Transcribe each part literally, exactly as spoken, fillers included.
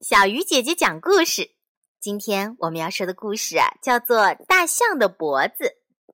小鱼姐姐讲故事。今天我们要说的故事啊，叫做《大象的脖子》。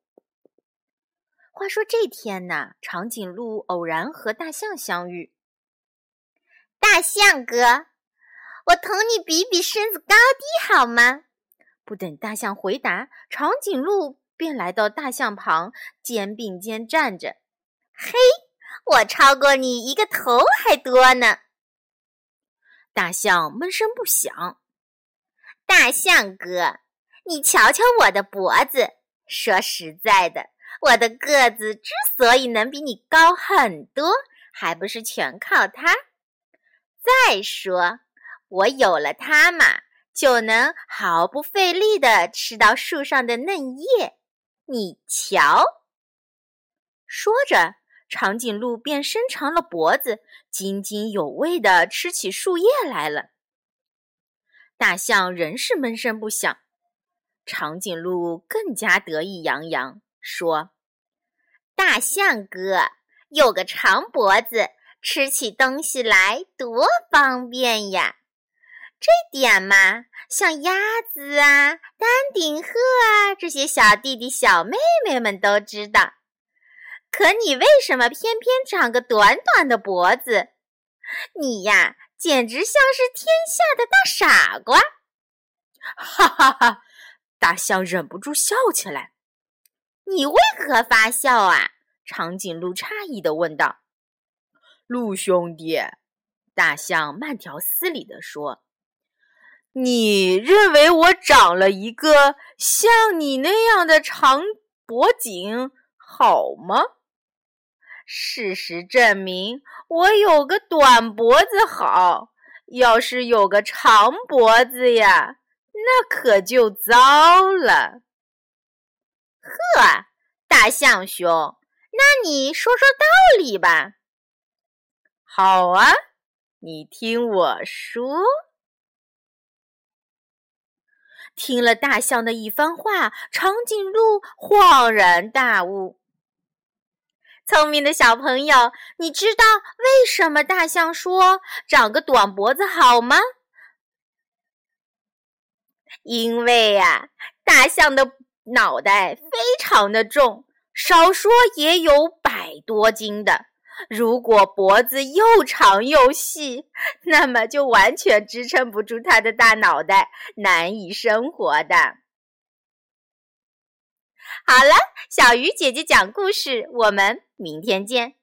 话说这天呢，长颈鹿偶然和大象相遇。 大象哥，我同你比比身子高低好吗？ 不等大象回答，长颈鹿便来到大象旁，肩并肩站着。 嘿，我超过你一个头还多呢。 大象闷声不响。 大象哥，你瞧瞧我的脖子，说实在的，我的个子之所以能比你高很多，还不是全靠它。再说，我有了它嘛，就能毫不费力地吃到树上的嫩叶。你瞧。 说着，长颈鹿便伸长了脖子，津津有味地吃起树叶来了。大象仍是闷声不响。长颈鹿更加得意洋洋，说： 大象哥，有个长脖子，吃起东西来多方便呀！这点嘛，像鸭子啊、丹顶鹤啊这些小弟弟小妹妹们都知道。可你为什么偏偏长个短短的脖子？你呀，简直像是天下的大傻瓜！ 哈哈哈！大象忍不住笑起来。 你为何发笑啊？ 长颈鹿诧异地问道。鹿兄弟，大象慢条斯理地说，你认为我长了一个像你那样的长脖颈好吗？事实证明，我有个短脖子好，要是有个长脖子呀，那可就糟了。 呵，大象兄，那你说说道理吧。 好啊，你听我说。听了大象的一番话，长颈鹿恍然大悟。 聪明的小朋友，你知道为什么大象说长个短脖子好吗？因为呀、啊，大象的脑袋非常的重，少说也有百多斤的。如果脖子又长又细，那么就完全支撑不住它的大脑袋，难以生活的。好了，小鱼姐姐讲故事，我们明天见。